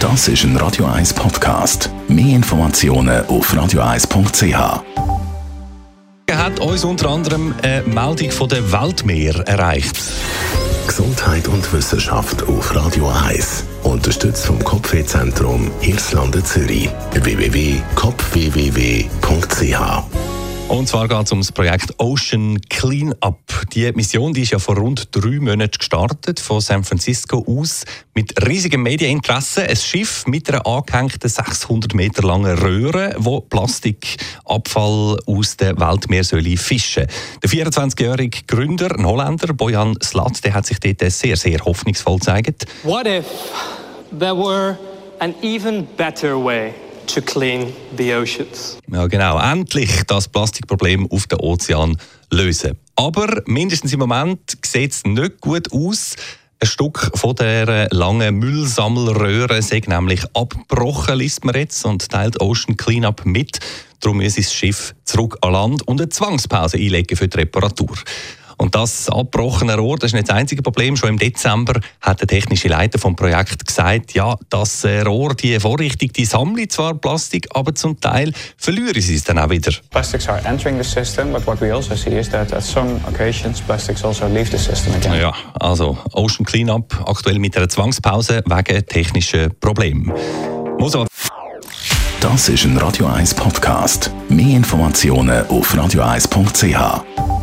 Das ist ein Radio 1 Podcast. Mehr Informationen auf radio1.ch. Hat uns unter anderem eine Meldung von der Weltmeer erreicht. Gesundheit und Wissenschaft auf Radio 1. Unterstützt vom Kopfwehzentrum Irlande Zürich. www.kopfwww.ch. Und zwar geht es um das Projekt Ocean Cleanup. Die Mission die ist ja vor rund 3 Monaten gestartet, von San Francisco aus, mit riesigem Medieninteresse. Ein Schiff mit einer angehängten 600 Meter langen Röhre, wo Plastikabfall aus der Weltmeer fischen. Der 24-jährige Gründer, ein Holländer, Bojan Slat, der hat sich dort sehr, sehr hoffnungsvoll gezeigt. What if there were an even better way to clean the oceans? Ja, genau. Endlich das Plastikproblem auf den Ozean lösen. Aber mindestens im Moment sieht es nicht gut aus. Ein Stück von der langen Müllsammelröhre sei nämlich abgebrochen, liest man jetzt, und teilt Ocean Cleanup mit. Darum muss das Schiff zurück an Land und eine Zwangspause einlegen für die Reparatur. Und das abgebrochene Rohr, das ist nicht das einzige Problem. Schon im Dezember hat der technische Leiter vom Projekt gesagt, ja, das Rohr, die Vorrichtung, die sammelt zwar Plastik, aber zum Teil verlieren sie es dann auch wieder. Plastics are entering the system, but what we also see is that at some occasions plastics also leave the system again. Ja, also Ocean Cleanup aktuell mit einer Zwangspause wegen technischen Problemen. Das ist ein Radio 1 Podcast. Mehr Informationen auf radio1.ch.